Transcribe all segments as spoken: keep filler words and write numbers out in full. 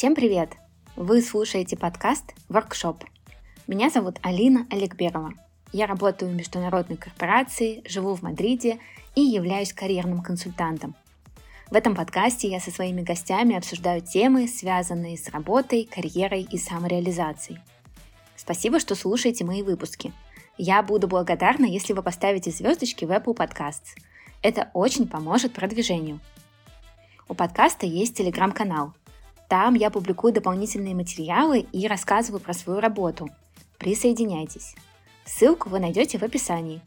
Всем привет! Вы слушаете подкаст «Воркшоп». Меня зовут Алина Аликберова. Я работаю в международной корпорации, живу в Мадриде и являюсь карьерным консультантом. В этом подкасте я со своими гостями обсуждаю темы, связанные с работой, карьерой и самореализацией. Спасибо, что слушаете мои выпуски. Я буду благодарна, если вы поставите звездочки в Apple Podcasts. Это очень поможет продвижению. У подкаста есть телеграм-канал. Там я публикую дополнительные материалы и рассказываю про свою работу. Присоединяйтесь. Ссылку вы найдете в описании.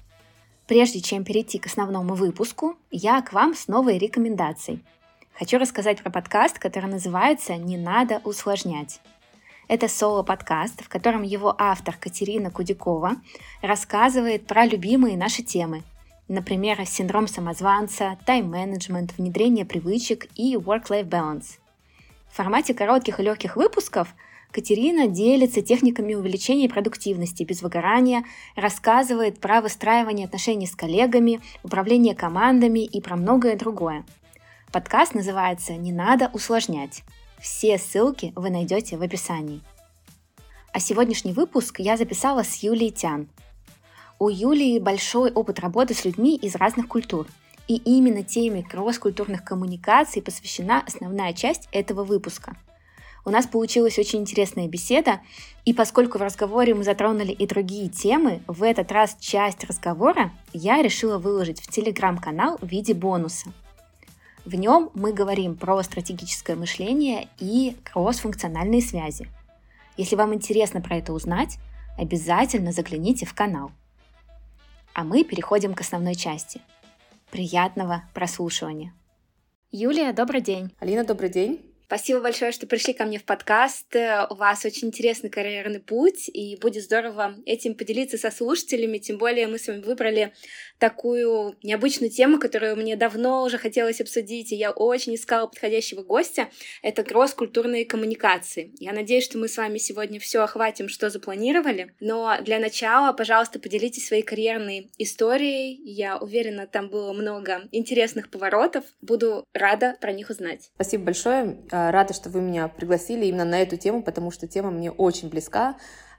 Прежде чем перейти к основному выпуску, я к вам с новой рекомендацией. Хочу рассказать про подкаст, который называется «Не надо усложнять». Это соло-подкаст, в котором его автор Катерина Кудякова рассказывает про любимые наши темы. Например, синдром самозванца, тайм-менеджмент, внедрение привычек и work-life balance. В формате коротких и легких выпусков Катерина делится техниками увеличения продуктивности без выгорания, рассказывает про выстраивание отношений с коллегами, управление командами и про многое другое. Подкаст называется «Не надо усложнять». Все ссылки вы найдете в описании. А сегодняшний выпуск я записала с Юлией Тян. У Юлии большой опыт работы с людьми из разных культур, и именно теме кросс-культурных коммуникаций посвящена основная часть этого выпуска. У нас получилась очень интересная беседа, и поскольку в разговоре мы затронули и другие темы, в этот раз часть разговора я решила выложить в телеграм-канал в виде бонуса. В нем мы говорим про стратегическое мышление и кросс-функциональные связи. Если вам интересно про это узнать, обязательно загляните в канал. А мы переходим к основной части. Приятного прослушивания. Юлия, добрый день. Алина, добрый день. Спасибо большое, что пришли ко мне в подкаст. У вас очень интересный карьерный путь, и будет здорово этим поделиться со слушателями, тем более мы с вами выбрали такую необычную тему, которую мне давно уже хотелось обсудить, и я очень искала подходящего гостя. Это кросс-культурные коммуникации. Я надеюсь, что мы с вами сегодня все охватим, что запланировали, но для начала, пожалуйста, поделитесь своей карьерной историей. Я уверена, там было много интересных поворотов. Буду рада про них узнать. Спасибо большое. Рада, что вы меня пригласили именно на эту тему, потому что тема мне очень близка.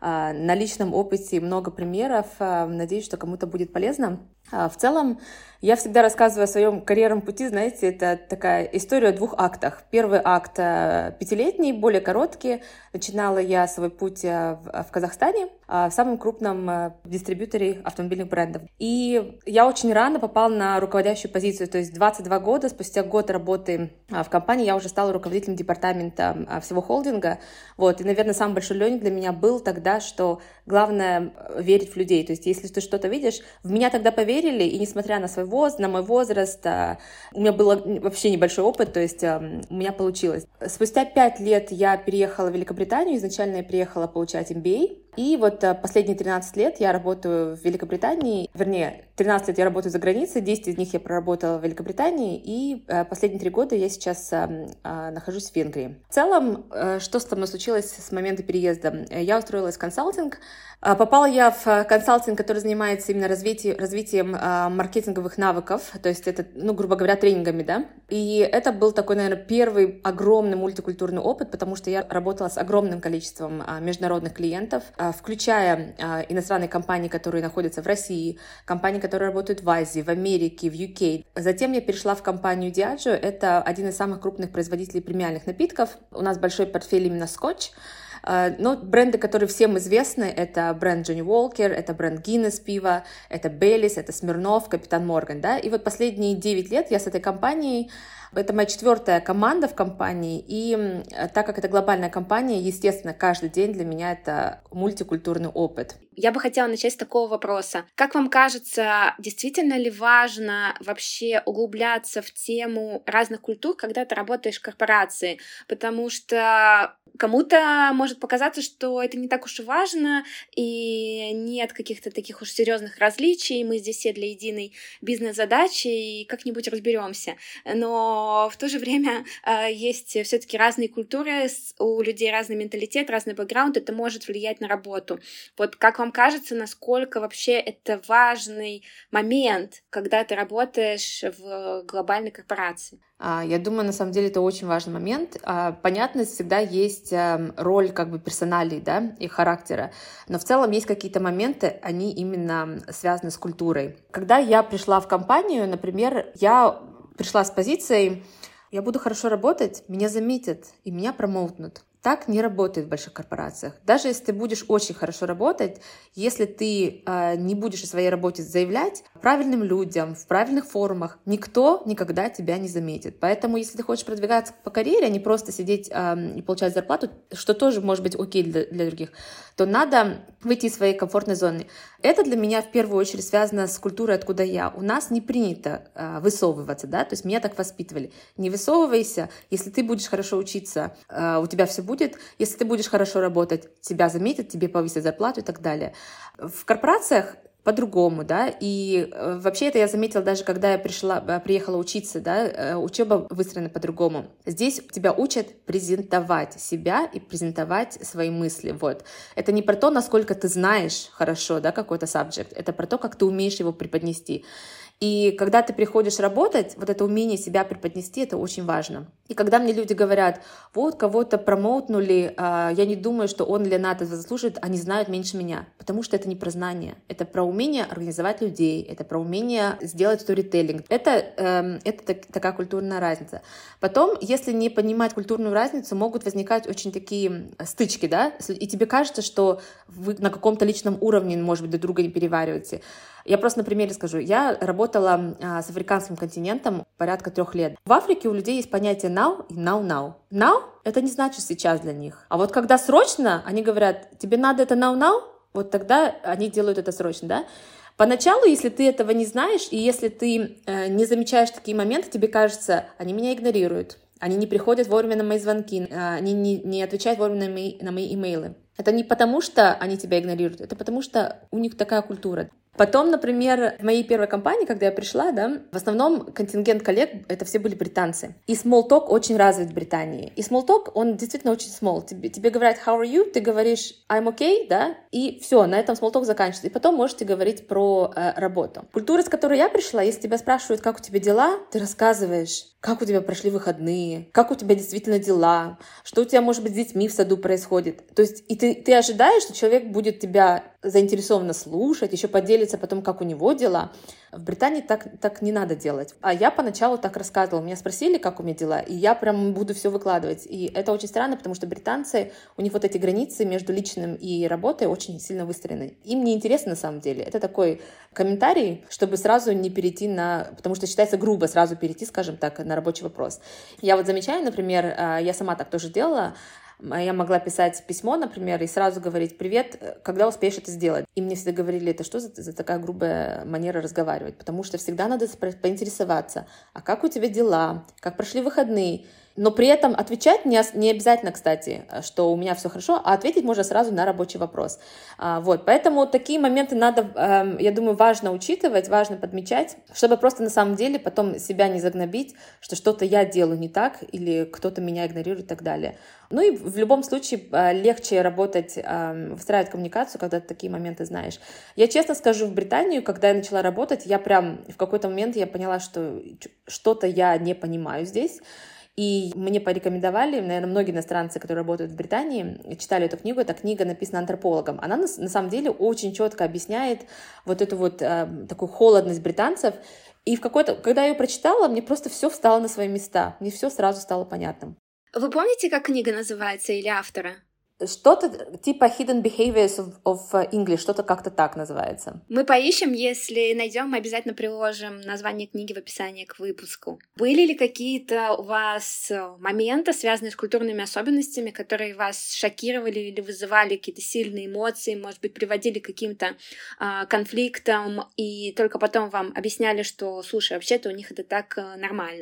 На личном опыте много примеров. Надеюсь, что кому-то будет полезно. В целом, я всегда рассказываю о своем карьерном пути, знаете, это такая история о двух актах. Первый акт пятилетний, более короткий. Начинала я свой путь в Казахстане, в самом крупном дистрибьюторе автомобильных брендов. И я очень рано попала на руководящую позицию, то есть двадцать два года, спустя год работы в компании, я уже стала руководителем департамента всего холдинга. Вот. И, наверное, самый большой learning для меня был тогда, что главное верить в людей. То есть, если ты что-то видишь, в меня тогда поверили, и несмотря на свой возраст, на мой возраст, у меня был вообще небольшой опыт, то есть у меня получилось. Спустя пять лет я переехала в Великобританию, изначально я приехала получать эм би эй, и вот последние тринадцать лет я работаю в Великобритании, вернее, тринадцать лет я работаю за границей, десять из них я проработала в Великобритании, и последние три года я сейчас нахожусь в Венгрии. В целом, что со мной случилось с момента переезда? Я устроилась в консалтинг. Попала я в консалтинг, который занимается именно развитием, развитием маркетинговых навыков, то есть это, ну, грубо говоря, тренингами, да. И это был такой, наверное, первый огромный мультикультурный опыт, потому что я работала с огромным количеством международных клиентов, включая иностранные компании, которые находятся в России, компании, которые работают в Азии, в Америке, в ю кей. Затем я перешла в компанию Diageo, это один из самых крупных производителей премиальных напитков. У нас большой портфель именно Scotch. Но бренды, которые всем известны, это бренд Johnnie Walker, это бренд Guinness пива, это Baileys, это Smirnoff, Капитан Морган, да. И вот последние девять лет я с этой компанией. Это моя четвертая команда в компании, и так как это глобальная компания, естественно, каждый день для меня это мультикультурный опыт. Я бы хотела начать с такого вопроса. Как вам кажется, действительно ли важно вообще углубляться в тему разных культур, когда ты работаешь в корпорации? Потому что Кому-то может показаться, что это не так уж и важно, и нет каких-то таких уж серьезных различий, мы здесь все для единой бизнес-задачи, и как-нибудь разберемся. Но в то же время есть все-таки разные культуры, у людей разный менталитет, разный бэкграунд, это может влиять на работу. Вот как вам кажется, насколько вообще это важный момент, когда ты работаешь в глобальной корпорации? Я думаю, на самом деле это очень важный момент. Понятно, всегда есть роль как бы персоналей, да, и характера, но в целом есть какие-то моменты, они именно связаны с культурой. Когда я пришла в компанию, например, я пришла с позицией «я буду хорошо работать, меня заметят и меня промоутнут». Так не работает в больших корпорациях. Даже если ты будешь очень хорошо работать, если ты э, не будешь о своей работе заявлять правильным людям, в правильных форумах, никто никогда тебя не заметит. Поэтому, если ты хочешь продвигаться по карьере, а не просто сидеть э, и получать зарплату, что тоже может быть окей для, для других, то надо выйти из своей комфортной зоны. Это для меня в первую очередь связано с культурой, откуда я. У нас не принято э, высовываться, да, то есть меня так воспитывали. Не высовывайся, если ты будешь хорошо учиться, э, у тебя все будет. Если ты будешь хорошо работать, тебя заметят, тебе повысят зарплату и так далее. В корпорациях по-другому, да, и э, вообще это я заметила даже, когда я пришла, приехала учиться, да, э, учеба выстроена по-другому. Здесь тебя учат презентовать себя и презентовать свои мысли, вот. Это не про то, насколько ты знаешь хорошо, да, какой-то subject, это про то, как ты умеешь его преподнести. И когда ты приходишь работать, вот это умение себя преподнести, это очень важно. И когда мне люди говорят, вот кого-то промоутнули, я не думаю, что он или она это заслужит, они знают меньше меня. Потому что это не про знание, это про умение организовать людей, это про умение сделать сторителлинг. Это, э, это такая культурная разница. Потом, если не понимать культурную разницу, могут возникать очень такие стычки, да, и тебе кажется, что вы на каком-то личном уровне, может быть, друг друга не перевариваете. Я просто на примере скажу. Я работала а, с африканским континентом порядка трех лет. В Африке у людей есть понятие now и now-now. Now — это не значит сейчас для них. А вот когда срочно, они говорят, тебе надо это now-now, вот тогда они делают это срочно, да? Поначалу, если ты этого не знаешь, и если ты э, не замечаешь такие моменты, тебе кажется, они меня игнорируют, они не приходят вовремя на мои звонки, э, они не, не отвечают вовремя на мои, на мои имейлы. Это не потому, что они тебя игнорируют, это потому, что у них такая культура. Потом, например, в моей первой компании, когда я пришла, да, в основном контингент коллег — это все были британцы. И small talk очень развит в Британии. И small talk, он действительно очень small. Тебе, тебе говорят «How are you?», ты говоришь «I'm okay», да, и все, на этом small talk заканчивается. И потом можете говорить про э, работу. Культура, с которой я пришла, если тебя спрашивают, как у тебя дела, ты рассказываешь, как у тебя прошли выходные, как у тебя действительно дела, что у тебя, может быть, с детьми в саду происходит. То есть и ты, ты ожидаешь, что человек будет тебя заинтересованно слушать, еще поделиться потом, как у него дела. В Британии так, так не надо делать. А я поначалу так рассказывала. Меня спросили, как у меня дела, и я прям буду все выкладывать. И это очень странно, потому что британцы, у них вот эти границы между личным и работой очень сильно выстроены. Им не интересно на самом деле. Это такой комментарий, чтобы сразу не перейти на... Потому что считается грубо сразу перейти, скажем так, на рабочий вопрос. Я вот замечаю, например, я сама так тоже делала. Я могла писать письмо, например, и сразу говорить «Привет, когда успеешь это сделать?» И мне всегда говорили, это что за, за такая грубая манера разговаривать? Потому что всегда надо поинтересоваться, а как у тебя дела, как прошли выходные? Но при этом отвечать не, не обязательно, кстати, что у меня все хорошо, а ответить можно сразу на рабочий вопрос. А, вот, поэтому такие моменты надо, э, я думаю, важно учитывать, важно подмечать, чтобы просто на самом деле потом себя не загнобить, что что-то я делаю не так или кто-то меня игнорирует и так далее. Ну и в любом случае э, легче работать, э, выстраивать коммуникацию, когда ты такие моменты знаешь. Я честно скажу, в Британию, когда я начала работать, я прям в какой-то момент я поняла, что что-то я не понимаю здесь. И мне порекомендовали, наверное, многие иностранцы, которые работают в Британии, читали эту книгу. Эта книга написана антропологом. Она на, на самом деле очень четко объясняет вот эту вот э, такую холодность британцев. И в какой-то, когда я ее прочитала, мне просто все встало на свои места. Мне все сразу стало понятным. Вы помните, как книга называется или автора? Что-то типа Hidden Behaviors of, of English, что-то как-то так называется. Мы поищем, если найдем, мы обязательно приложим название книги в описании к выпуску. Были ли какие-то у вас моменты, связанные с культурными особенностями, которые вас шокировали или вызывали какие-то сильные эмоции, может быть, приводили к каким-то э, конфликтам, и только потом вам объясняли, что, слушай, вообще-то у них это так э, нормально?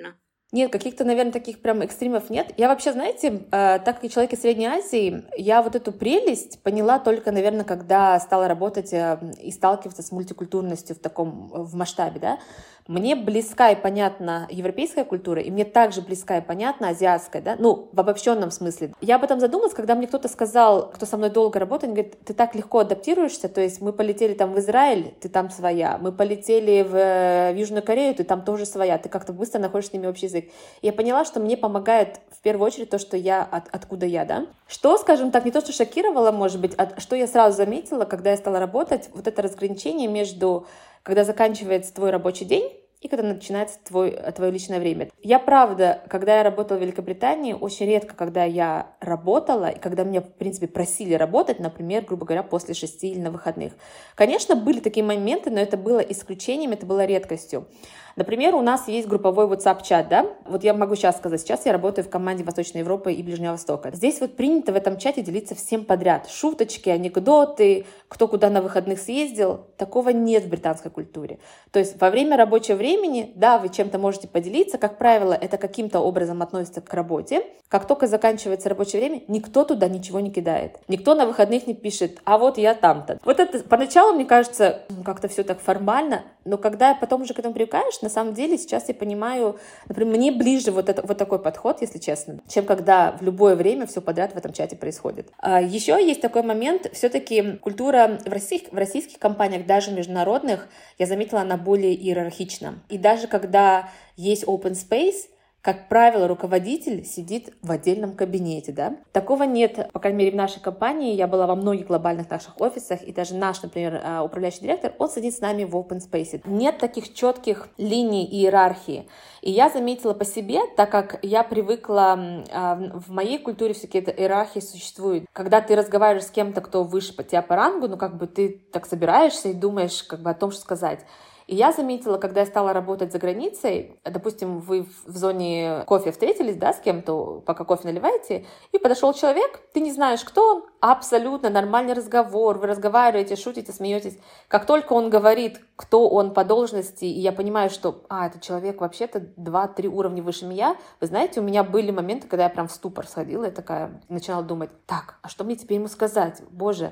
Нет, каких-то, наверное, таких прям экстримов нет. Я вообще, знаете, э, так как я человек из Средней Азии, я вот эту прелесть поняла только, наверное, когда стала работать э, и сталкиваться с мультикультурностью в таком, в масштабе, да. Мне близка и понятна европейская культура, и мне также близка и понятна азиатская, да, ну, в обобщенном смысле. Я об этом задумалась, когда мне кто-то сказал, кто со мной долго работает, он говорит, ты так легко адаптируешься, то есть мы полетели там в Израиль, ты там своя, мы полетели в, в Южную Корею, ты там тоже своя, ты как-то быстро находишь с ними общий язык. И я поняла, что мне помогает в первую очередь то, что я, от, откуда я, да. Что, скажем так, не то, что шокировало, может быть, а что я сразу заметила, когда я стала работать, вот это разграничение между, когда заканчивается твой рабочий день, и когда начинается твой, твое личное время. Я, правда, когда я работала в Великобритании, очень редко, когда я работала, и когда меня, в принципе, просили работать, например, грубо говоря, после шести или на выходных. Конечно, были такие моменты, но это было исключением, это было редкостью. Например, у нас есть групповой WhatsApp-чат, да? Вот я могу сейчас сказать, сейчас я работаю в команде Восточной Европы и Ближнего Востока. Здесь вот принято в этом чате делиться всем подряд. Шуточки, анекдоты, кто куда на выходных съездил. Такого нет в британской культуре. То есть во время рабочего времени, да, вы чем-то можете поделиться. Как правило, это каким-то образом относится к работе. Как только заканчивается рабочее время, никто туда ничего не кидает. Никто на выходных не пишет, а вот я там-то. Вот это поначалу, мне кажется, как-то все так формально, но когда потом уже к этому привыкаешь, на самом деле сейчас я понимаю, например, мне ближе вот, это, вот такой подход, если честно, чем когда в любое время все подряд в этом чате происходит. А еще есть такой момент, все-таки культура в российских, в российских компаниях, даже международных, я заметила, она более иерархична. И даже когда есть open space, как правило, руководитель сидит в отдельном кабинете, да. Такого нет, по крайней мере, в нашей компании. Я была во многих глобальных наших офисах, и даже наш, например, управляющий директор, он сидит с нами в open space. Нет таких четких линий иерархии. И я заметила по себе, так как я привыкла, в моей культуре все-таки эта иерархия существует. Когда ты разговариваешь с кем-то, кто выше тебя по рангу, ну, как бы ты так собираешься и думаешь, как бы, о том, что сказать. И я заметила, когда я стала работать за границей, допустим, вы в зоне кофе встретились, да, с кем-то, пока кофе наливаете, и подошел человек, ты не знаешь, кто он, абсолютно нормальный разговор, вы разговариваете, шутите, смеетесь. Как только он говорит, кто он по должности, и я понимаю, что, а, этот человек вообще-то два-три уровня выше меня, вы знаете, у меня были моменты, когда я прям в ступор сходила, и такая начинала думать, так, а что мне теперь ему сказать, боже.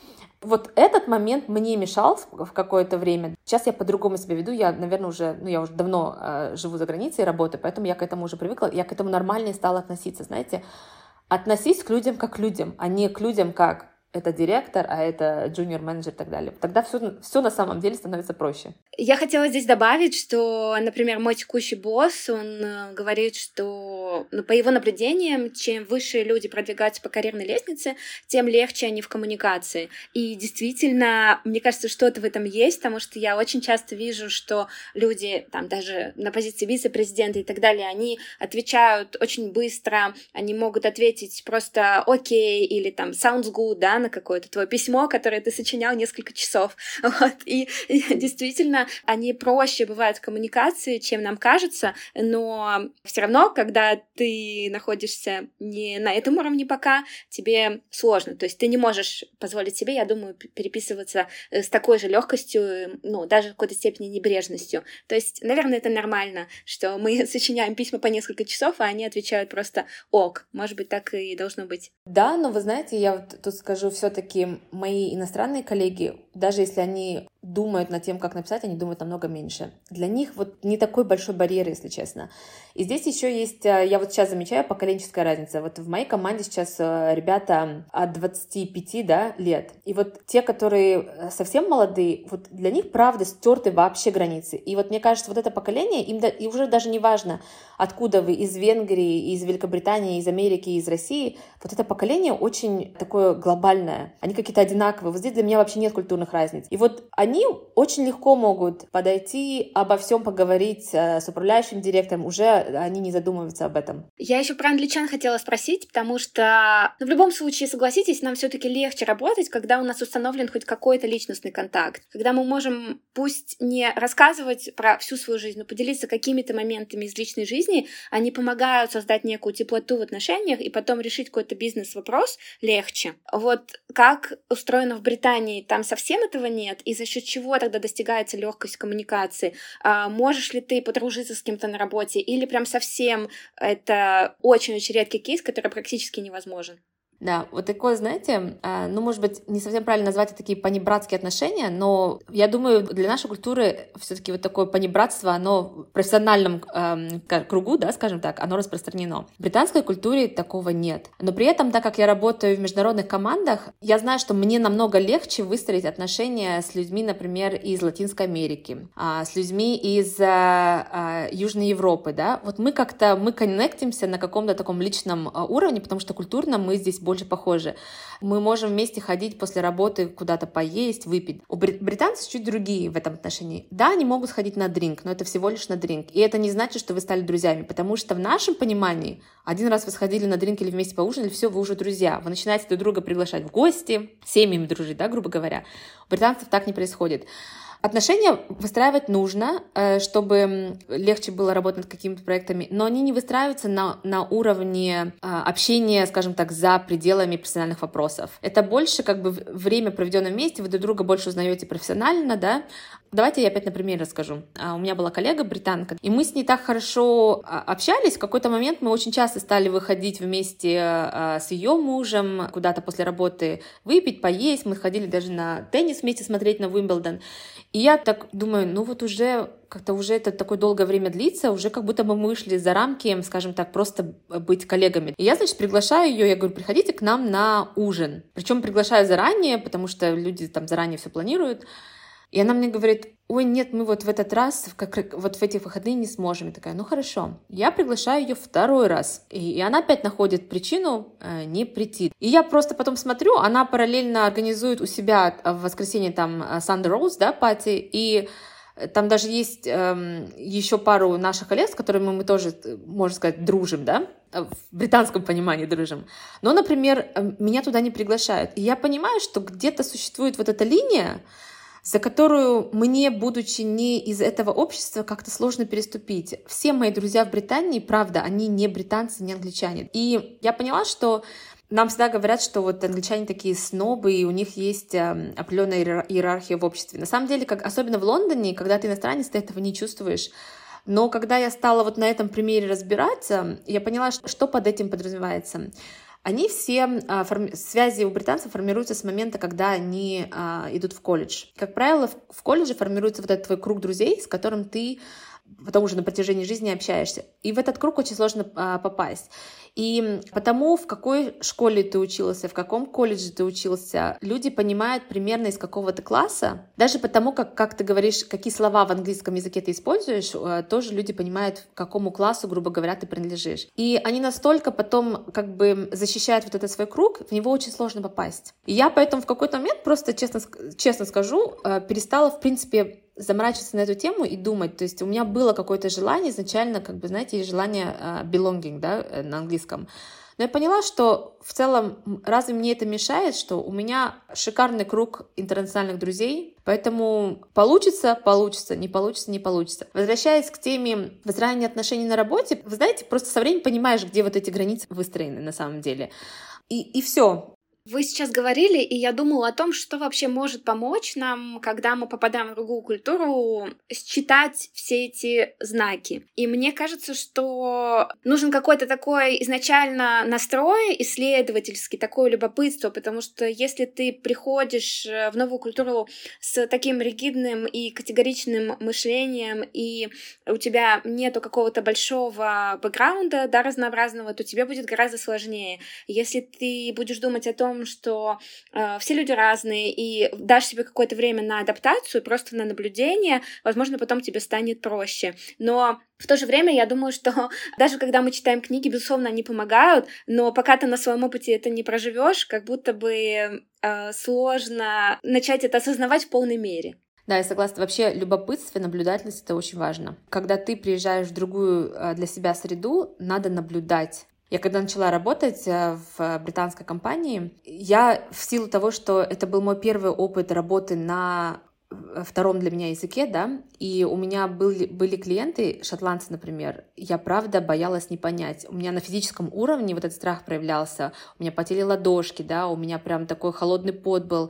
Вот этот момент мне мешал в какое-то время. Сейчас я по-другому себя веду. Я, наверное, уже, ну, я уже давно э, живу за границей и работаю, поэтому я к этому уже привыкла. Я к этому нормально стала относиться, знаете. Относись к людям как к людям, а не к людям как это директор, а это джуниор-менеджер и так далее. Тогда все, все на самом деле становится проще. Я хотела здесь добавить, что, например, мой текущий босс, он говорит, что, ну, по его наблюдениям, чем выше люди продвигаются по карьерной лестнице, тем легче они в коммуникации. И действительно, мне кажется, что-то в этом есть, потому что я очень часто вижу, что люди, там, даже на позиции вице-президента и так далее, они отвечают очень быстро, они могут ответить просто «окей» или там «sounds good», да, на какое-то твое письмо, которое ты сочинял несколько часов. Вот. И, и действительно, они проще бывают в коммуникации, чем нам кажется, но все равно, когда ты находишься не на этом уровне пока, тебе сложно. То есть ты не можешь позволить себе, я думаю, переписываться с такой же легкостью, ну, даже в какой-то степени небрежностью. То есть, наверное, это нормально, что мы сочиняем письма по несколько часов, а они отвечают просто «ок». Может быть, так и должно быть. Да, но вы знаете, я вот тут скажу, все-таки мои иностранные коллеги, даже если они думают над тем, как написать, они думают намного меньше. Для них вот не такой большой барьер, если честно. И здесь еще есть, я вот сейчас замечаю, поколенческая разница. Вот в моей команде сейчас ребята от двадцати пяти, да, лет. И вот те, которые совсем молодые, вот для них, правда, стерты вообще границы. И вот мне кажется, вот это поколение, им да, и уже даже не важно, откуда вы, из Венгрии, из Великобритании, из Америки, из России, вот это поколение очень такое глобальное. Они какие-то одинаковые. Вот здесь для меня вообще нет культурных разниц. И вот они очень легко могут подойти, обо всем поговорить с управляющим директором, уже они не задумываются об этом. Я еще про англичан хотела спросить, потому что, ну, в любом случае, согласитесь, нам все-таки легче работать, когда у нас установлен хоть какой-то личностный контакт, когда мы можем пусть не рассказывать про всю свою жизнь, но поделиться какими-то моментами из личной жизни, они помогают создать некую теплоту в отношениях и потом решить какой-то бизнес-вопрос легче. Вот как устроено в Британии, там совсем совсем этого нет, и за счет чего тогда достигается легкость коммуникации? А, можешь ли ты подружиться с кем-то на работе, или прям совсем это очень-очень редкий кейс, который практически невозможен? Да, вот такое, знаете, ну, может быть, не совсем правильно назвать это такие понебратские отношения, но я думаю, для нашей культуры все-таки вот такое понебратство, оно в профессиональном э, кругу, да, скажем так, оно распространено. В британской культуре такого нет. Но при этом, так как я работаю в международных командах, я знаю, что мне намного легче выстроить отношения с людьми, например, из Латинской Америки, с людьми из э, Южной Европы, да. Вот мы как-то, мы коннектимся на каком-то таком личном уровне, потому что культурно мы здесь больше похожи. Мы можем вместе ходить после работы куда-то поесть, выпить. У британцев чуть другие в этом отношении. Да, они могут сходить на дринк, но это всего лишь на дринк. И это не значит, что вы стали друзьями, потому что в нашем понимании один раз вы сходили на дринк или вместе поужинали, все, вы уже друзья. Вы начинаете друг друга приглашать в гости, семьями дружить, да, грубо говоря. У британцев так не происходит. Отношения выстраивать нужно, чтобы легче было работать над какими-то проектами, но они не выстраиваются на, на уровне общения, скажем так, за пределами профессиональных вопросов. Это больше как бы время, проведенное вместе, вы друг друга больше узнаете профессионально, да. Давайте я опять на примере расскажу. У меня была коллега британка, и мы с ней так хорошо общались. В какой-то момент мы очень часто стали выходить вместе с ее мужем куда-то после работы выпить, поесть. Мы ходили даже на теннис вместе смотреть на Уимблдон. И я так думаю, ну вот уже как-то уже это такое долгое время длится, уже как будто бы мы вышли за рамки, скажем так, просто быть коллегами. И я, значит, приглашаю ее, я говорю, приходите к нам на ужин. Причем приглашаю заранее, потому что люди там заранее все планируют. И она мне говорит, ой, нет, мы вот в этот раз, как, вот в эти выходные не сможем. Я такая, ну хорошо. Я приглашаю ее второй раз. И, и она опять находит причину э, не прийти. И я просто потом смотрю, она параллельно организует у себя в воскресенье там Sunday Rose, да, пати, и там даже есть э, еще пару наших коллег, с которыми мы тоже, можно сказать, дружим, да, в британском понимании дружим. Но, например, меня туда не приглашают. И я понимаю, что где-то существует вот эта линия, за которую мне, будучи не из этого общества, как-то сложно переступить. Все мои друзья в Британии, правда, они не британцы, не англичане. И я поняла, что нам всегда говорят, что вот англичане такие снобы, и у них есть определенная иерархия в обществе. На самом деле, как, особенно в Лондоне, когда ты иностранец, ты этого не чувствуешь. Но когда я стала вот на этом примере разбираться, я поняла, что под этим подразумевается. Они все, а, форми... связи у британцев формируются с момента, когда они а, идут в колледж. Как правило, в, в колледже формируется вот этот твой круг друзей, с которым ты потом уже на протяжении жизни общаешься. И в этот круг очень сложно а, попасть. И потому, в какой школе ты учился, в каком колледже ты учился, люди понимают примерно из какого-то класса. Даже потому, как, как ты говоришь, какие слова в английском языке ты используешь, тоже люди понимают, к какому классу, грубо говоря, ты принадлежишь. И они настолько потом как бы защищают вот этот свой круг, в него очень сложно попасть. И я поэтому в какой-то момент просто, честно, честно скажу, перестала, в принципе, заморачиваться на эту тему и думать. То есть у меня было какое-то желание изначально, как бы, знаете, желание uh, belonging, да, на английском. Но я поняла, что в целом, разве мне это мешает, что у меня шикарный круг интернациональных друзей, поэтому получится, получится, не получится, не получится. Возвращаясь к теме выстраивания отношений на работе, вы знаете, просто со временем понимаешь, где вот эти границы выстроены на самом деле. И, и все. Вы сейчас говорили, и я думала о том, что вообще может помочь нам, когда мы попадаем в другую культуру, считать все эти знаки. И мне кажется, что нужен какой-то такой изначально настрой исследовательский, такое любопытство, потому что если ты приходишь в новую культуру с таким ригидным и категоричным мышлением, и у тебя нету какого-то большого бэкграунда, да, разнообразного, то тебе будет гораздо сложнее. Если ты будешь думать о том, что э, все люди разные, и дашь себе какое-то время на адаптацию, просто на наблюдение, возможно, потом тебе станет проще. Но в то же время я думаю, что даже когда мы читаем книги, безусловно, они помогают, но пока ты на своем опыте это не проживешь, как будто бы э, сложно начать это осознавать в полной мере. Да, я согласна. Вообще любопытство и наблюдательность — это очень важно. Когда ты приезжаешь в другую для себя среду, надо наблюдать. Я когда начала работать в британской компании, я в силу того, что это был мой первый опыт работы на втором для меня языке, да, и у меня были, были клиенты, шотландцы, например, я правда боялась не понять. У меня на физическом уровне вот этот страх проявлялся, у меня потели ладошки, да, у меня прям такой холодный пот был,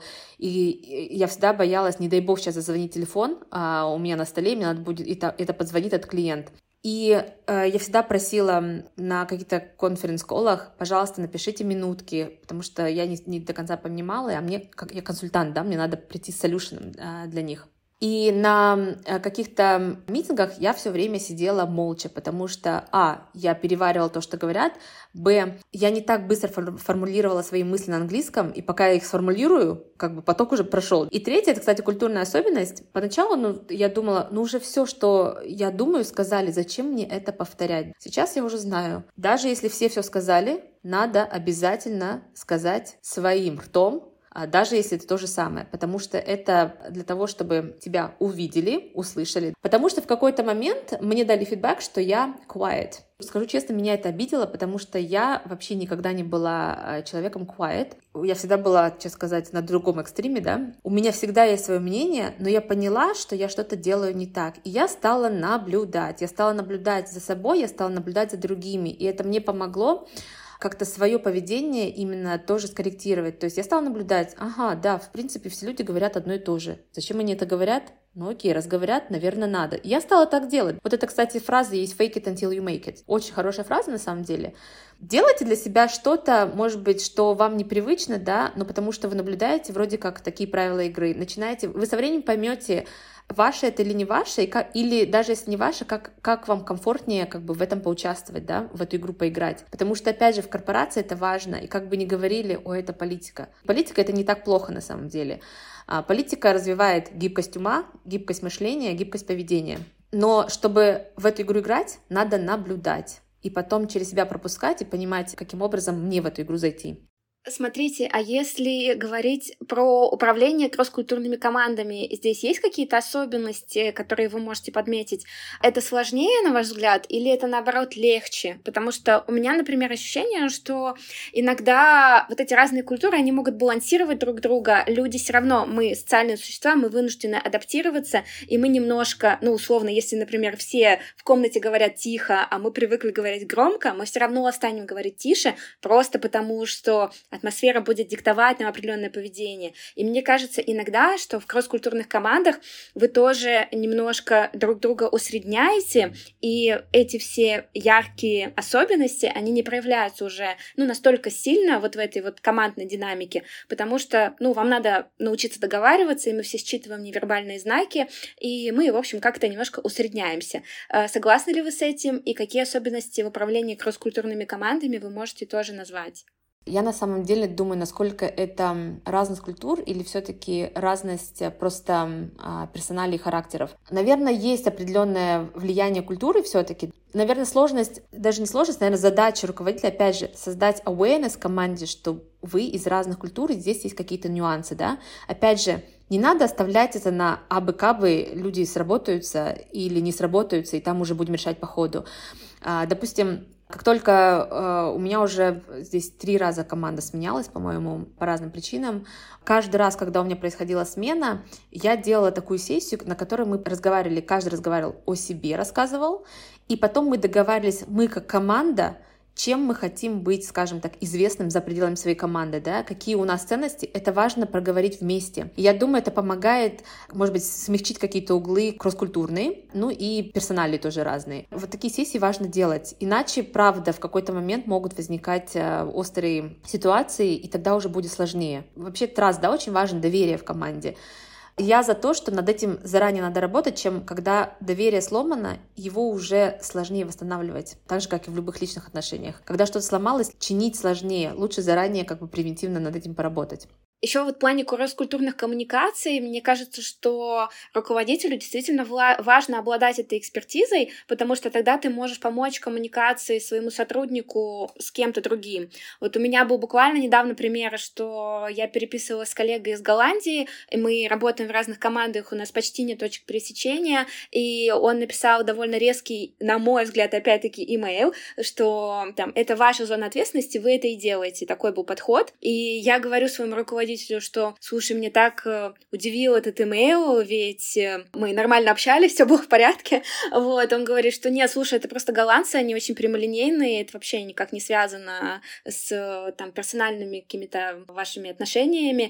и я всегда боялась, не дай бог сейчас зазвонит телефон, а у меня на столе, мне надо будет, это, это подзвонит этот клиент. И э, я всегда просила на каких-то конференц-коллах, пожалуйста, напишите минутки, потому что я не, не до конца понимала, а мне, как я консультант, да, мне надо прийти с солюшеном э, для них. И на каких-то митингах я все время сидела молча, потому что, а, я переваривала то, что говорят, б, я не так быстро формулировала свои мысли на английском, и пока я их сформулирую, как бы поток уже прошел. И третье, это, кстати, культурная особенность. Поначалу, ну, я думала, ну, уже все, что я думаю, сказали, зачем мне это повторять? Сейчас я уже знаю, даже если все все сказали, надо обязательно сказать своим ртом, даже если это то же самое, потому что это для того, чтобы тебя увидели, услышали. Потому что в какой-то момент мне дали фидбэк, что я quiet. Скажу честно, меня это обидело, потому что я вообще никогда не была человеком quiet. Я всегда была, честно сказать, на другом экстриме, да. У меня всегда есть свое мнение, но я поняла, что я что-то делаю не так. И я стала наблюдать. Я стала наблюдать за собой, я стала наблюдать за другими. И это мне помогло как-то свое поведение именно тоже скорректировать. То есть я стала наблюдать, ага, да, в принципе, все люди говорят одно и то же. Зачем они это говорят? Ну окей, раз говорят, наверное, надо. И я стала так делать. Вот это, кстати, фраза есть fake it until you make it. Очень хорошая фраза на самом деле. Делайте для себя что-то, может быть, что вам непривычно, да, но потому что вы наблюдаете вроде как такие правила игры. Начинаете, вы со временем поймете, ваше это или не ваше, и как, или даже если не ваше, как, как вам комфортнее как бы в этом поучаствовать, да, в эту игру поиграть. Потому что, опять же, в корпорации это важно, и как бы ни говорили, о, это политика. Политика — это не так плохо на самом деле. А политика развивает гибкость ума, гибкость мышления, гибкость поведения. Но чтобы в эту игру играть, надо наблюдать, и потом через себя пропускать и понимать, каким образом мне в эту игру зайти. Смотрите, а если говорить про управление кросс-культурными командами, здесь есть какие-то особенности, которые вы можете подметить? Это сложнее, на ваш взгляд, или это, наоборот, легче? Потому что у меня, например, ощущение, что иногда вот эти разные культуры, они могут балансировать друг друга. Люди все равно, мы социальные существа, мы вынуждены адаптироваться, и мы немножко, ну, условно, если, например, все в комнате говорят тихо, а мы привыкли говорить громко, мы все равно станем говорить тише, просто потому что атмосфера будет диктовать нам определенное поведение. И мне кажется иногда, что в кросс-культурных командах вы тоже немножко друг друга усредняете, и эти все яркие особенности, они не проявляются уже, ну, настолько сильно вот в этой вот командной динамике, потому что, ну, вам надо научиться договариваться, и мы все считываем невербальные знаки, и мы, в общем, как-то немножко усредняемся. Согласны ли вы с этим, и какие особенности в управлении кросс-культурными командами вы можете тоже назвать? Я на самом деле думаю, насколько это разность культур или все-таки разность просто а, персоналей и характеров. Наверное, есть определенное влияние культуры все-таки. Наверное, сложность, даже не сложность, наверное, задача руководителя, опять же, создать awareness в команде, что вы из разных культур, и здесь есть какие-то нюансы, да. Опять же, не надо оставлять это на абы-кабы, люди сработаются или не сработаются, и там уже будем решать по ходу. А, допустим, как только э, у меня уже здесь три раза команда сменялась, по-моему, по разным причинам, каждый раз, когда у меня происходила смена, я делала такую сессию, на которой мы разговаривали, каждый разговаривал о себе, рассказывал, и потом мы договаривались, мы как команда, чем мы хотим быть, скажем так, известным за пределами своей команды, да, какие у нас ценности, это важно проговорить вместе. И я думаю, это помогает, может быть, смягчить какие-то углы кросс-культурные, ну и персонали тоже разные. Вот такие сессии важно делать, иначе, правда, в какой-то момент могут возникать острые ситуации, и тогда уже будет сложнее. Вообще, траст, да, очень важен, доверие в команде. Я за то, что над этим заранее надо работать, чем когда доверие сломано, его уже сложнее восстанавливать, так же, как и в любых личных отношениях. Когда что-то сломалось, чинить сложнее, лучше заранее как бы превентивно над этим поработать. Еще вот в плане кросс-культурных коммуникаций, мне кажется, что руководителю действительно важно обладать этой экспертизой, потому что тогда ты можешь помочь коммуникации своему сотруднику с кем-то другим. Вот у меня был буквально недавно пример, что я переписывалась с коллегой из Голландии, и мы работаем в разных командах, у нас почти нет точек пересечения, и он написал довольно резкий, на мой взгляд, опять-таки, имейл, что там, это ваша зона ответственности, вы это и делаете. Такой был подход. И я говорю своему руководителю, руководителю, что, слушай, мне так удивил этот имейл, ведь мы нормально общались, все было в порядке. Вот, он говорит, что нет, слушай, это просто голландцы, они очень прямолинейные, это вообще никак не связано с там персональными какими-то вашими отношениями.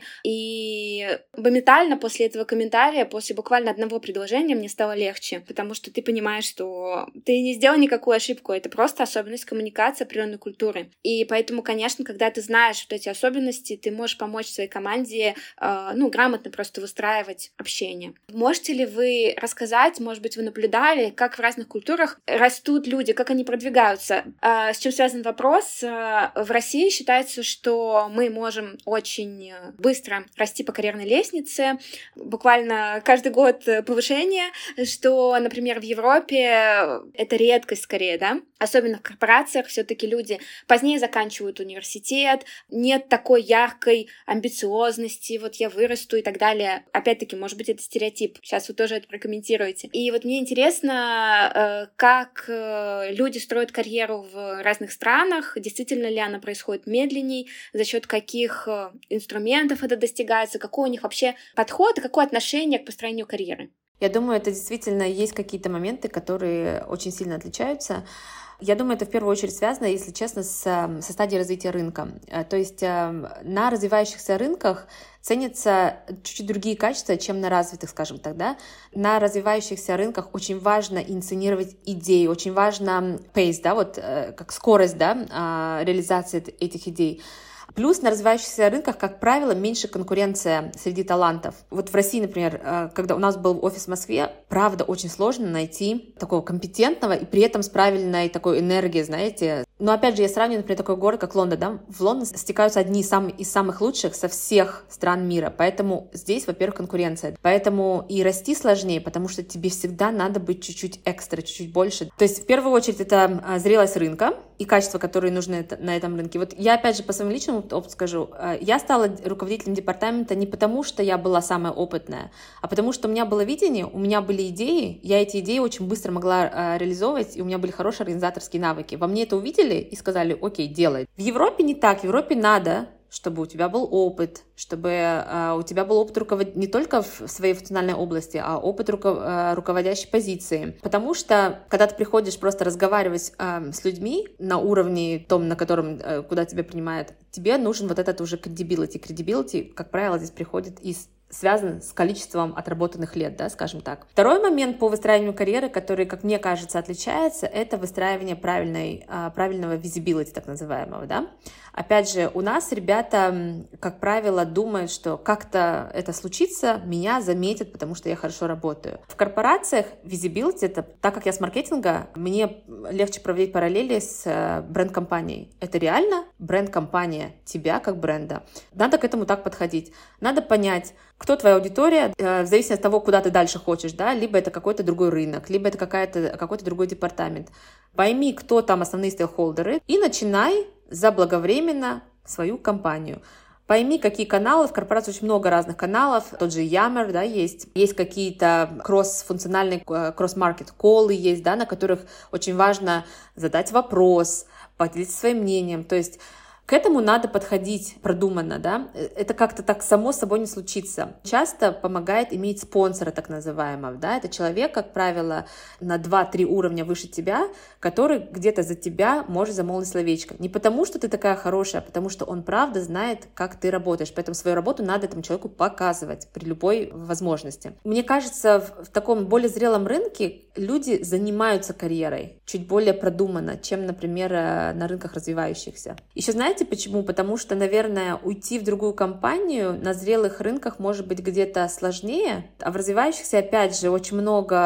И моментально после этого комментария, после буквально одного предложения мне стало легче, потому что ты понимаешь, что ты не сделал никакую ошибку, это просто особенность коммуникации определенной культуры. И поэтому, конечно, когда ты знаешь вот эти особенности, ты можешь помочь своей команде, э, ну, грамотно просто выстраивать общение. Можете ли вы рассказать, может быть, вы наблюдали, как в разных культурах растут люди, как они продвигаются? Э, с чем связан вопрос? Э, в России считается, что мы можем очень быстро расти по карьерной лестнице, буквально каждый год повышение, что, например, в Европе это редкость скорее, да? Особенно в корпорациях все-таки люди позднее заканчивают университет, нет такой яркой амбициозности, вот я вырасту и так далее. Опять-таки, может быть, это стереотип. Сейчас вы тоже это прокомментируете. И вот мне интересно, как люди строят карьеру в разных странах, действительно ли она происходит медленней, за счет каких инструментов это достигается, какой у них вообще подход и какое отношение к построению карьеры. Я думаю, это действительно есть какие-то моменты, которые очень сильно отличаются. Я думаю, это в первую очередь связано, если честно, с, со стадией развития рынка. То есть на развивающихся рынках ценятся чуть-чуть другие качества, чем на развитых, скажем так, да. На развивающихся рынках очень важно инициировать идеи, очень важно pace, да, вот как скорость, да, реализации этих идей. Плюс на развивающихся рынках, как правило, меньше конкуренция среди талантов. Вот в России, например, когда у нас был офис в Москве, правда, очень сложно найти такого компетентного и при этом с правильной такой энергией, знаете. Но опять же, я сравниваю, например, такой город, как Лондон, да? В Лондон стекаются одни из самых, из самых лучших со всех стран мира, поэтому здесь, во-первых, конкуренция. Поэтому и расти сложнее, потому что тебе всегда надо быть чуть-чуть экстра, чуть-чуть больше. То есть, в первую очередь, это зрелость рынка и качества, которые нужны на этом рынке. Вот я, опять же, по своему личному опыту скажу, я стала руководителем департамента не потому, что я была самая опытная, а потому что у меня было видение, у меня были идеи, я эти идеи очень быстро могла реализовывать, и у меня были хорошие организаторские навыки. Во мне это увидели и сказали, окей, делай. В Европе не так, в Европе надо, чтобы у тебя был опыт, чтобы uh, у тебя был опыт руковод... не только в своей функциональной области, а опыт руко... uh, руководящей позиции. Потому что, когда ты приходишь просто разговаривать uh, с людьми на уровне том, на котором, uh, куда тебя принимают, тебе нужен вот этот уже credibility. Credibility, как правило, здесь приходит из связан с количеством отработанных лет, да, скажем так. Второй момент по выстраиванию карьеры, который, как мне кажется, отличается, это выстраивание правильной, правильного visibility, так называемого, да. Опять же, у нас ребята, как правило, думают, что как-то это случится, меня заметят, потому что я хорошо работаю. В корпорациях visibility, это, так как я с маркетинга, мне легче проводить параллели с бренд-компанией. Это реально бренд-компания тебя как бренда. Надо к этому так подходить. Надо понять, кто твоя аудитория, в зависимости от того, куда ты дальше хочешь, да, либо это какой-то другой рынок, либо это какая-то, какой-то другой департамент. Пойми, кто там основные стейкхолдеры, и начинай заблаговременно свою компанию. Пойми, какие каналы, в корпорации очень много разных каналов, тот же Yammer, да, есть, есть какие-то кросс-функциональные, кросс-маркет коллы есть, да, на которых очень важно задать вопрос, поделиться своим мнением, то есть к этому надо подходить продуманно, да, это как-то так само собой не случится. Часто помогает иметь спонсора, так называемого, да, это человек, как правило, на два-три уровня выше тебя, который где-то за тебя может замолвить словечко. Не потому, что ты такая хорошая, а потому, что он правда знает, как ты работаешь, поэтому свою работу надо этому человеку показывать при любой возможности. Мне кажется, в таком более зрелом рынке люди занимаются карьерой чуть более продуманно, чем, например, на рынках развивающихся. Еще знаете, почему? Потому что, наверное, уйти в другую компанию на зрелых рынках может быть где-то сложнее, а в развивающихся, опять же, очень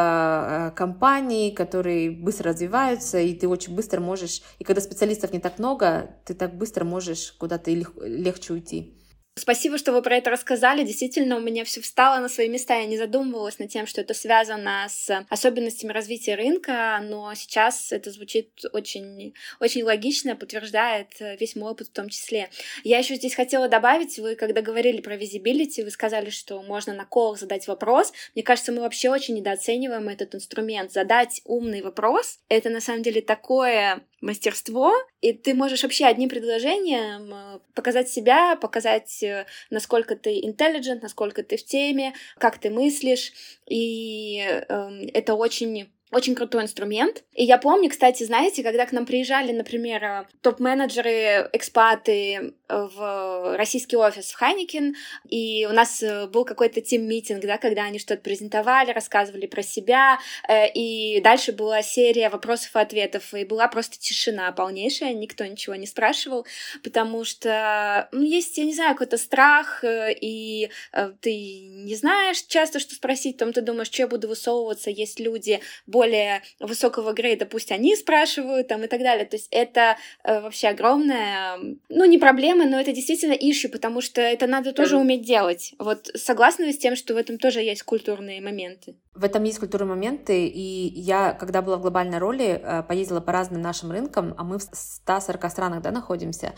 много компаний, которые быстро развиваются, и ты очень быстро можешь, и когда специалистов не так много, ты так быстро можешь куда-то легче уйти. Спасибо, что вы про это рассказали. Действительно, у меня все встало на свои места. Я не задумывалась над тем, что это связано с особенностями развития рынка, но сейчас это звучит очень, очень логично, подтверждает весь мой опыт в том числе. Я еще здесь хотела добавить, вы когда говорили про visibility, вы сказали, что можно на коллах задать вопрос. Мне кажется, мы вообще очень недооцениваем этот инструмент. Задать умный вопрос — это на самом деле такое мастерство, и ты можешь вообще одним предложением показать себя, показать, насколько ты intelligent, насколько ты в теме, как ты мыслишь, и э, это очень... Очень крутой инструмент. И я помню, кстати, знаете, когда к нам приезжали, например, топ-менеджеры, экспаты в российский офис в Хайнекен, и у нас был какой-то тим-митинг, да, когда они что-то презентовали, рассказывали про себя, и дальше была серия вопросов и ответов, и была просто тишина полнейшая, никто ничего не спрашивал, потому что, ну, есть, я не знаю, какой-то страх, и ты не знаешь часто, что спросить, потом ты думаешь, что я буду высовываться, есть люди более высокого грейда, пусть они спрашивают, там, и так далее. То есть это э, вообще огромная, ну, не проблема, но это действительно issue, потому что это надо тоже уметь делать. Вот согласна ли с тем, что в этом тоже есть культурные моменты? В этом есть культурные моменты, и я, когда была в глобальной роли, поездила по разным нашим рынкам, а мы в ста сорока странах, да, находимся.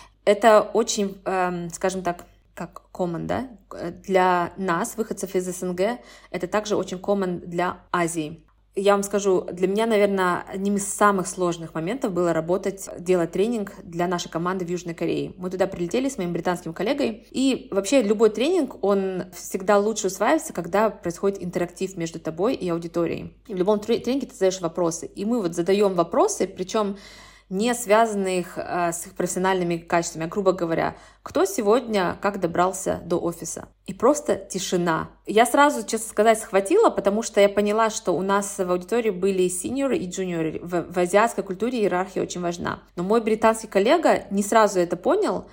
Это очень, эм, скажем так, как common, да, для нас, выходцев из СНГ, это также очень common для Азии. Я вам скажу, для меня, наверное, одним из самых сложных моментов было работать, делать тренинг для нашей команды в Южной Корее. Мы туда прилетели с моим британским коллегой, и вообще любой тренинг, он всегда лучше усваивается, когда происходит интерактив между тобой и аудиторией. И в любом тренинге ты задаешь вопросы, и мы вот задаем вопросы, причем не связанных э, с их профессиональными качествами, а, грубо говоря, кто сегодня как добрался до офиса. И просто тишина. Я сразу, честно сказать, схватила, потому что я поняла, что у нас в аудитории были синьоры и джуниоры. В, в азиатской культуре иерархия очень важна. Но мой британский коллега не сразу это понял,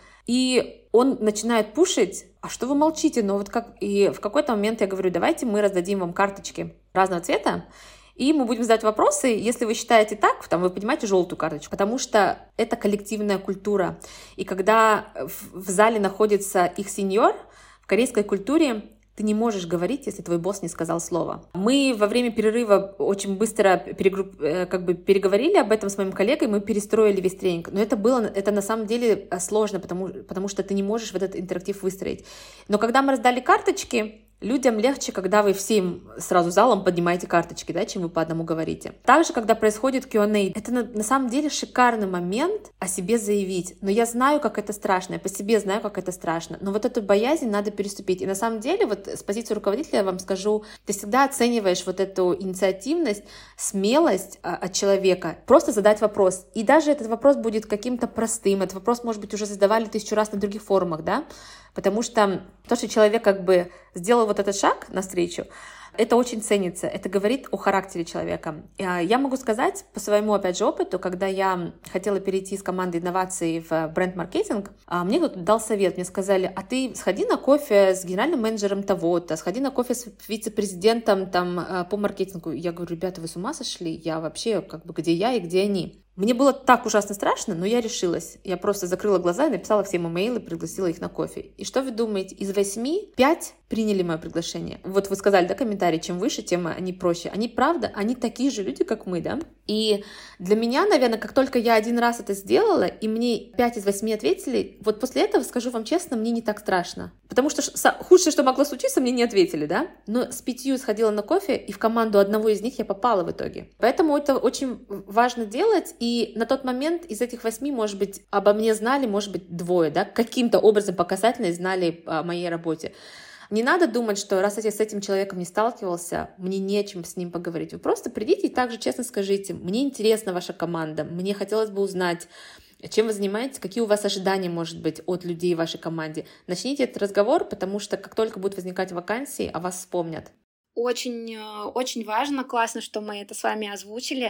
и он начинает пушить: а что вы молчите? Ну вот как... И в какой-то момент я говорю: давайте мы раздадим вам карточки разного цвета, и мы будем задать вопросы. Если вы считаете так, там, вы понимаете желтую карточку, потому что это коллективная культура. И когда в зале находится их сеньор, в корейской культуре ты не можешь говорить, если твой босс не сказал слово. Мы во время перерыва очень быстро перегрупп... как бы переговорили об этом с моим коллегой, мы перестроили весь тренинг. Но это было, это на самом деле сложно, потому, потому что ты не можешь в этот интерактив выстроить. Но когда мы раздали карточки, людям легче, когда вы всем сразу залом поднимаете карточки, да, чем вы по одному говорите. Также, когда происходит кью энд эй, это на, на самом деле шикарный момент о себе заявить. Но я знаю, как это страшно, я по себе знаю, как это страшно. Но вот эту боязнь надо переступить. И на самом деле, вот с позиции руководителя я вам скажу, ты всегда оцениваешь вот эту инициативность, смелость а, от человека, просто задать вопрос. И даже этот вопрос будет каким-то простым, этот вопрос, может быть, уже задавали тысячу раз на других форумах, да, потому что то, что человек как бы сделал вот этот шаг навстречу, это очень ценится, это говорит о характере человека. Я могу сказать по своему, опять же, опыту, когда я хотела перейти из команды инноваций в бренд-маркетинг, мне кто-то дал совет, мне сказали: а ты сходи на кофе с генеральным менеджером того-то, сходи на кофе с вице-президентом там по маркетингу. Я говорю: ребята, вы с ума сошли? Я вообще, как бы, где я и где они? Мне было так ужасно страшно, но я решилась. Я просто закрыла глаза и написала всем имейлы, пригласила их на кофе. И что вы думаете? Из восьми пять приняли мое приглашение. Вот вы сказали, да, комментарий, чем выше, тем они проще. Они, правда, они такие же люди, как мы, да? И для меня, наверное, как только я один раз это сделала, и мне пять из восьми ответили, вот после этого, скажу вам честно, мне не так страшно. Потому что худшее, что могло случиться, мне не ответили, да? Но с пятью сходила на кофе, и в команду одного из них я попала в итоге. Поэтому это очень важно делать. И на тот момент из этих восьми, может быть, обо мне знали, может быть, двое, да? Каким-то образом по касательной знали о моей работе. Не надо думать, что раз я с этим человеком не сталкивался, мне не о чем с ним поговорить. Вы просто придите и также честно скажите: мне интересна ваша команда, мне хотелось бы узнать, чем вы занимаетесь, какие у вас ожидания, может быть, от людей в вашей команде. Начните этот разговор, потому что как только будут возникать вакансии, о вас вспомнят. Очень, очень важно, классно, что мы это с вами озвучили.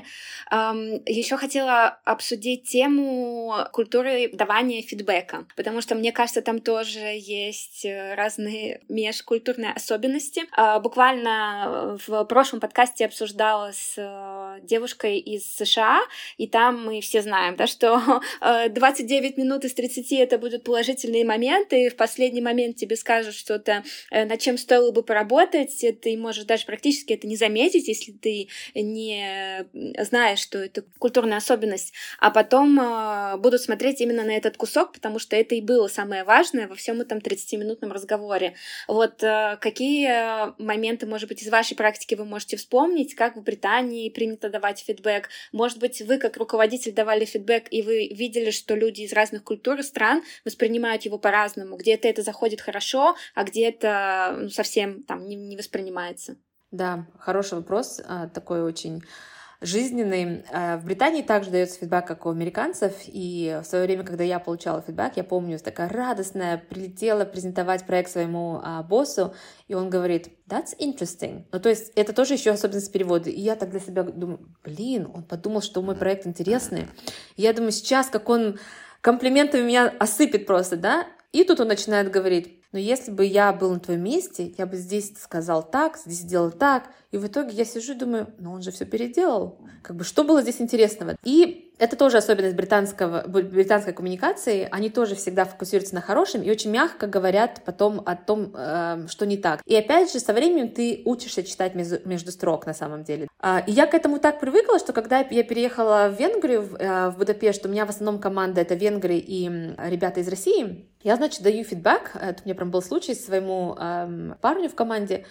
Еще хотела обсудить тему культуры давания фидбэка, потому что, мне кажется, там тоже есть разные межкультурные особенности. Буквально в прошлом подкасте я обсуждала с девушкой из США, и там мы все знаем, да, что двадцать девять минут из тридцати это будут положительные моменты, и в последний момент тебе скажут что-то, над чем стоило бы поработать, ты можешь даже практически это не заметить, если ты не знаешь, что это культурная особенность, а потом э, будут смотреть именно на этот кусок, потому что это и было самое важное во всем этом тридцатиминутном разговоре. Вот э, какие моменты, может быть, из вашей практики вы можете вспомнить, как в Британии принято принято давать фидбэк. Может быть, вы как руководитель давали фидбэк, и вы видели, что люди из разных культур и стран воспринимают его по-разному. Где-то это заходит хорошо, а где-то ну, совсем там не, не воспринимается. Да, хороший вопрос, такой очень жизненный. В Британии также дается фидбэк, как у американцев, и в свое время, когда я получала фидбэк, я помню, такая радостная, прилетела презентовать проект своему а, боссу, и он говорит: «That's interesting». Ну, то есть это тоже еще особенность перевода. И я так для себя думаю, блин, он подумал, что мой проект интересный. И я думаю, сейчас, как он комплиментами меня осыпет просто, да? И тут он начинает говорить: но если бы я был на твоем месте, я бы здесь сказал так, здесь сделал так. И в итоге я сижу и думаю, ну он же все переделал. Как бы что было здесь интересного? И это тоже особенность британского, британской коммуникации. Они тоже всегда фокусируются на хорошем и очень мягко говорят потом о том, э, что не так. И опять же, со временем ты учишься читать между, между строк на самом деле. А, и я к этому так привыкла, что когда я переехала в Венгрию, в, э, в Будапешт, у меня в основном команда — это венгры и ребята из России. Я, значит, даю фидбэк. Это у меня прям был случай своему э, парню в команде.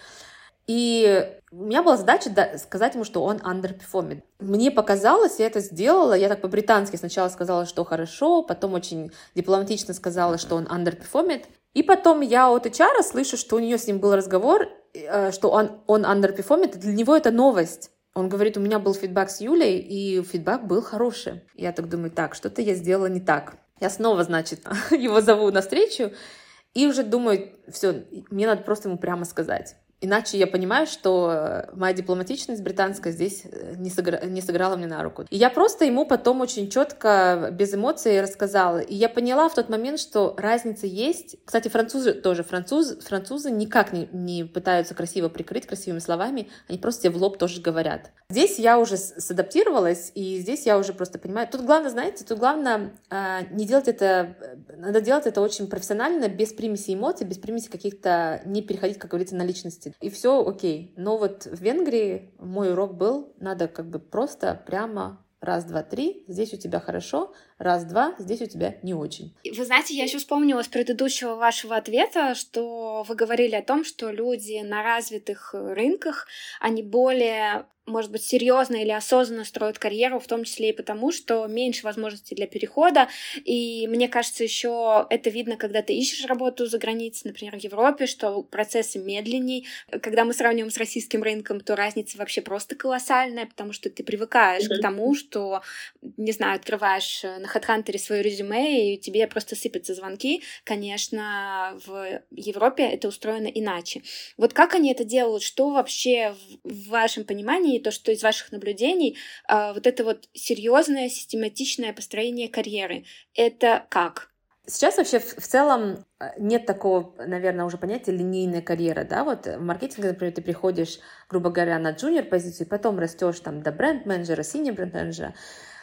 И у меня была задача сказать ему, что он underperformит. Мне показалось, я это сделала. Я так по-британски сначала сказала, что хорошо, потом очень дипломатично сказала, что он underperformит. И потом я от эйч ар слышу, что у нее с ним был разговор, что он, он underperformит, и для него это новость. Он говорит: у меня был фидбэк с Юлей, и фидбэк был хороший. Я так думаю, так, что-то я сделала не так. Я снова, значит, его зову на встречу, и уже думаю, все, мне надо просто ему прямо сказать. Иначе я понимаю, что моя дипломатичность британская здесь не, сыгра... не сыграла мне на руку. И я просто ему потом очень четко, без эмоций рассказала. И я поняла в тот момент, что разница есть. Кстати, французы тоже. Француз... Французы никак не, не пытаются красиво прикрыть красивыми словами. Они просто тебе в лоб тоже говорят. Здесь я уже садаптировалась, и здесь я уже просто понимаю. Тут главное, знаете, тут главное э, не делать это... Надо делать это очень профессионально, без примеси эмоций, без примеси каких-то... Не переходить, как говорится, на личности. И все окей. Но вот в Венгрии мой урок был, надо как бы просто прямо раз, два, три, здесь у тебя хорошо, раз, два, здесь у тебя не очень. Вы знаете, я еще вспомнила с предыдущего вашего ответа, что вы говорили о том, что люди на развитых рынках, они более, может быть, серьезно или осознанно строят карьеру, в том числе и потому, что меньше возможностей для перехода. И мне кажется, еще это видно, когда ты ищешь работу за границей, например, в Европе, что процессы медленней. Когда мы сравниваем с российским рынком, то разница вообще просто колоссальная, потому что ты привыкаешь mm-hmm. к тому, что, не знаю, открываешь на HeadHunter свое резюме, и тебе просто сыпятся звонки. Конечно, в Европе это устроено иначе. Вот как они это делают? Что вообще в вашем понимании, то, что из ваших наблюдений, вот это вот серьезное, систематичное построение карьеры, это как? Сейчас вообще в целом нет такого, наверное, уже понятия линейная карьера, да, вот в маркетинге, например, ты приходишь, грубо говоря, на джуниор позицию, потом растешь там до бренд-менеджера, синьор бренд-менеджера.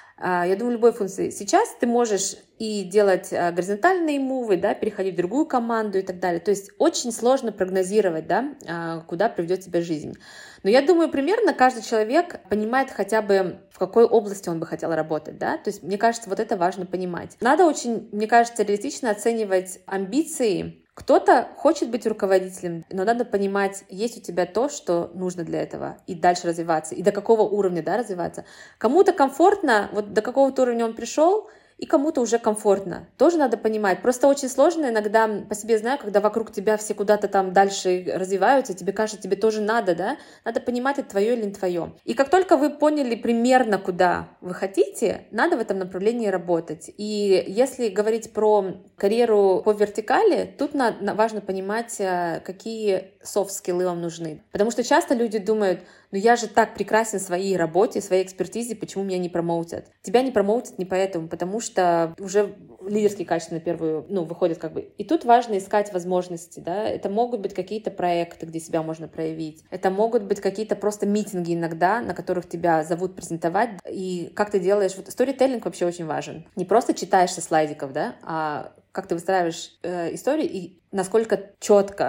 Я думаю, любой функции. Сейчас ты можешь и делать горизонтальные мувы, да, переходить в другую команду и так далее. То есть очень сложно прогнозировать, да, куда приведет тебя жизнь. Но я думаю, примерно каждый человек понимает хотя бы, в какой области он бы хотел работать, да. То есть мне кажется, вот это важно понимать. Надо очень, мне кажется, реалистично оценивать амбиции. Кто-то хочет быть руководителем, но надо понимать, есть у тебя то, что нужно для этого, и дальше развиваться, и до какого уровня, да, развиваться. Кому-то комфортно, вот до какого-то уровня он пришел, и кому-то уже комфортно. Тоже надо понимать. Просто очень сложно иногда, по себе знаю, когда вокруг тебя все куда-то там дальше развиваются, тебе кажется, тебе тоже надо, да? Надо понимать, это твое или не твое. И как только вы поняли примерно, куда вы хотите, надо в этом направлении работать. И если говорить про карьеру по вертикали, тут надо, важно понимать, какие софт-скиллы вам нужны. Потому что часто люди думают: ну я же так прекрасен в своей работе, в своей экспертизе, почему меня не промоутят? Тебя не промоутят не поэтому, потому что уже лидерские качества на первую, ну, выходят как бы. И тут важно искать возможности, да. Это могут быть какие-то проекты, где себя можно проявить. Это могут быть какие-то просто митинги иногда, на которых тебя зовут презентовать. И как ты делаешь... Вот сторителлинг вообще очень важен. Не просто читаешь со слайдиков, да, а как ты выстраиваешь э, историю и насколько четко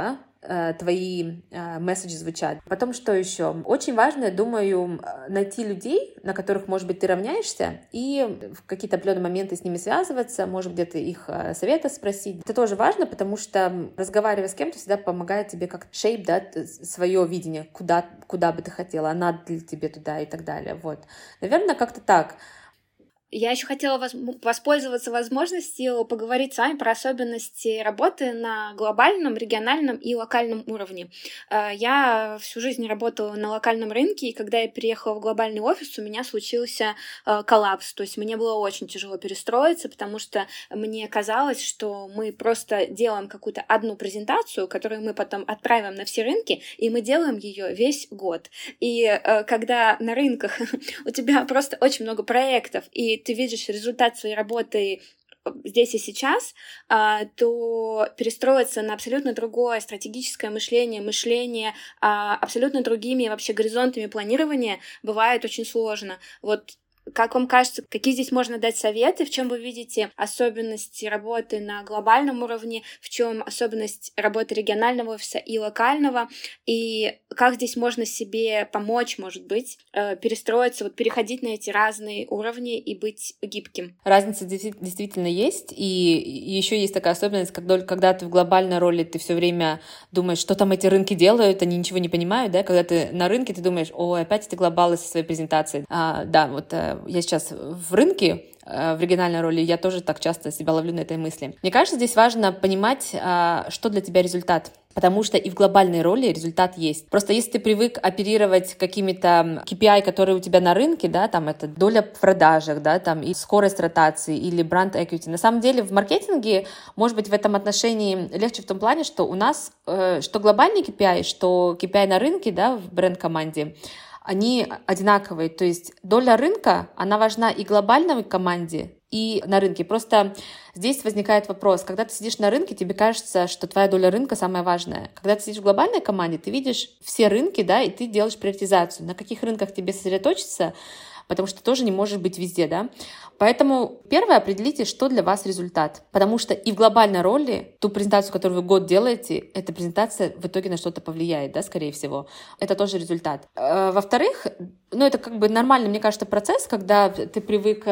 э, твои э, месседжи звучат. Потом что еще? Очень важно, я думаю, найти людей, на которых, может быть, ты равняешься, и в какие-то определенные моменты с ними связываться, может, где-то их э, совета спросить. Это тоже важно, потому что разговаривая с кем-то всегда помогает тебе как-то shape, да, свое видение, куда, куда бы ты хотела, а надо ли тебе туда и так далее. Вот. Наверное, как-то так. Я еще хотела воспользоваться возможностью поговорить с вами про особенности работы на глобальном, региональном и локальном уровне. Я всю жизнь работала на локальном рынке, и когда я переехала в глобальный офис, у меня случился коллапс. То есть мне было очень тяжело перестроиться, потому что мне казалось, что мы просто делаем какую-то одну презентацию, которую мы потом отправим на все рынки, и мы делаем ее весь год. И когда на рынках у тебя просто очень много проектов, и ты видишь результат своей работы здесь и сейчас, то перестроиться на абсолютно другое стратегическое мышление, мышление абсолютно другими вообще горизонтами планирования бывает очень сложно. Вот как вам кажется, какие здесь можно дать советы, в чем вы видите особенности работы на глобальном уровне, в чем особенность работы регионального офиса и локального, и как здесь можно себе помочь, может быть, перестроиться, вот переходить на эти разные уровни и быть гибким? Разница действительно есть, и еще есть такая особенность, когда, когда ты в глобальной роли, ты все время думаешь, что там эти рынки делают, они ничего не понимают, да, когда ты на рынке, ты думаешь, ой, опять эти глобалы со своей презентацией. А, да, вот я сейчас в рынке, в региональной роли, я тоже так часто себя ловлю на этой мысли. Мне кажется, здесь важно понимать, что для тебя результат. Потому что и в глобальной роли результат есть. Просто если ты привык оперировать какими-то кей пи ай, которые у тебя на рынке, да, там это доля в продажах, да, там и скорость ротации или бренд equity. На самом деле в маркетинге, может быть, в этом отношении легче в том плане, что у нас, э, что глобальный кей пи ай, что кей пи ай на рынке, да, в бренд-команде, они одинаковые. То есть доля рынка, она важна и глобальной команде, и на рынке. Просто здесь возникает вопрос, когда ты сидишь на рынке, тебе кажется, что твоя доля рынка самая важная. Когда ты сидишь в глобальной команде, ты видишь все рынки, да, и ты делаешь приоритизацию. На каких рынках тебе сосредоточиться, потому что ты тоже не можешь быть везде, да. Поэтому первое, определите, что для вас результат. Потому что и в глобальной роли ту презентацию, которую вы год делаете, эта презентация в итоге на что-то повлияет, да, скорее всего. Это тоже результат. Во-вторых, ну, это как бы нормальный, мне кажется, процесс, когда ты привык...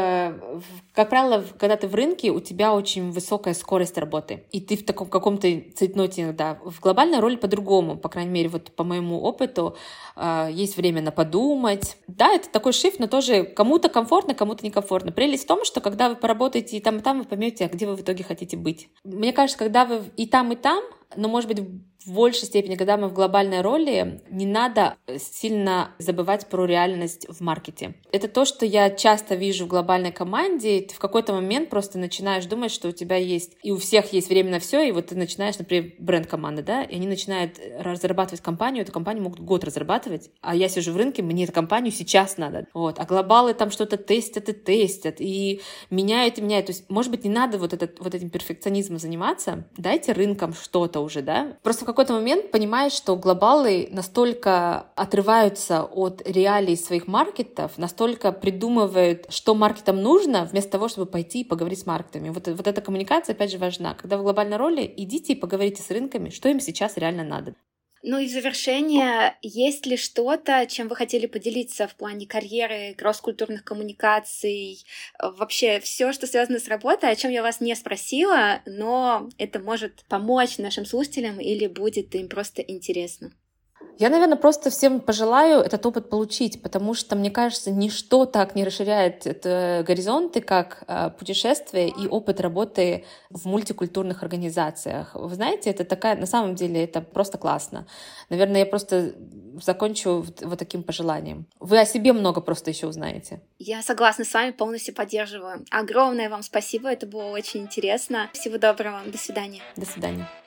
Как правило, когда ты в рынке, у тебя очень высокая скорость работы. И ты в таком каком-то цейтноте иногда. В глобальной роли по-другому. По крайней мере, вот по моему опыту есть время на подумать. Да, это такой шифт, но тоже кому-то комфортно, кому-то некомфортно. Прелесть в том, что когда вы поработаете и там, и там, вы поймете, где вы в итоге хотите быть. Мне кажется, когда вы и там, и там, но, может быть, в большей степени, когда мы в глобальной роли, не надо сильно забывать про реальность в маркете. Это то, что я часто вижу в глобальной команде. Ты в какой-то момент просто начинаешь думать, что у тебя есть, и у всех есть время на все, и вот ты начинаешь, например, бренд-команды, да, и они начинают разрабатывать компанию, эту компанию могут год разрабатывать, а я сижу в рынке, мне эту компанию сейчас надо. Вот. А глобалы там что-то тестят и тестят, и меняют и меняют. То есть, может быть, не надо вот, этот, вот этим перфекционизмом заниматься, дайте рынкам что-то уже, да. Просто в какой-то момент понимаешь, что глобалы настолько отрываются от реалий своих маркетов, настолько придумывают, что маркетам нужно, вместо того, чтобы пойти и поговорить с маркетами. Вот, вот эта коммуникация, опять же, важна. Когда в глобальной роли, идите и поговорите с рынками, что им сейчас реально надо. Ну и в завершение, есть ли что-то, чем вы хотели поделиться в плане карьеры, кросс-культурных коммуникаций, вообще все, что связано с работой, о чем я вас не спросила, но это может помочь нашим слушателям или будет им просто интересно? Я, наверное, просто всем пожелаю этот опыт получить, потому что, мне кажется, ничто так не расширяет это горизонты, как путешествие и опыт работы в мультикультурных организациях. Вы знаете, это такая, на самом деле, это просто классно. Наверное, я просто закончу вот таким пожеланием. Вы о себе много просто еще узнаете. Я согласна с вами, полностью поддерживаю. Огромное вам спасибо, это было очень интересно. Всего доброго, до свидания. До свидания.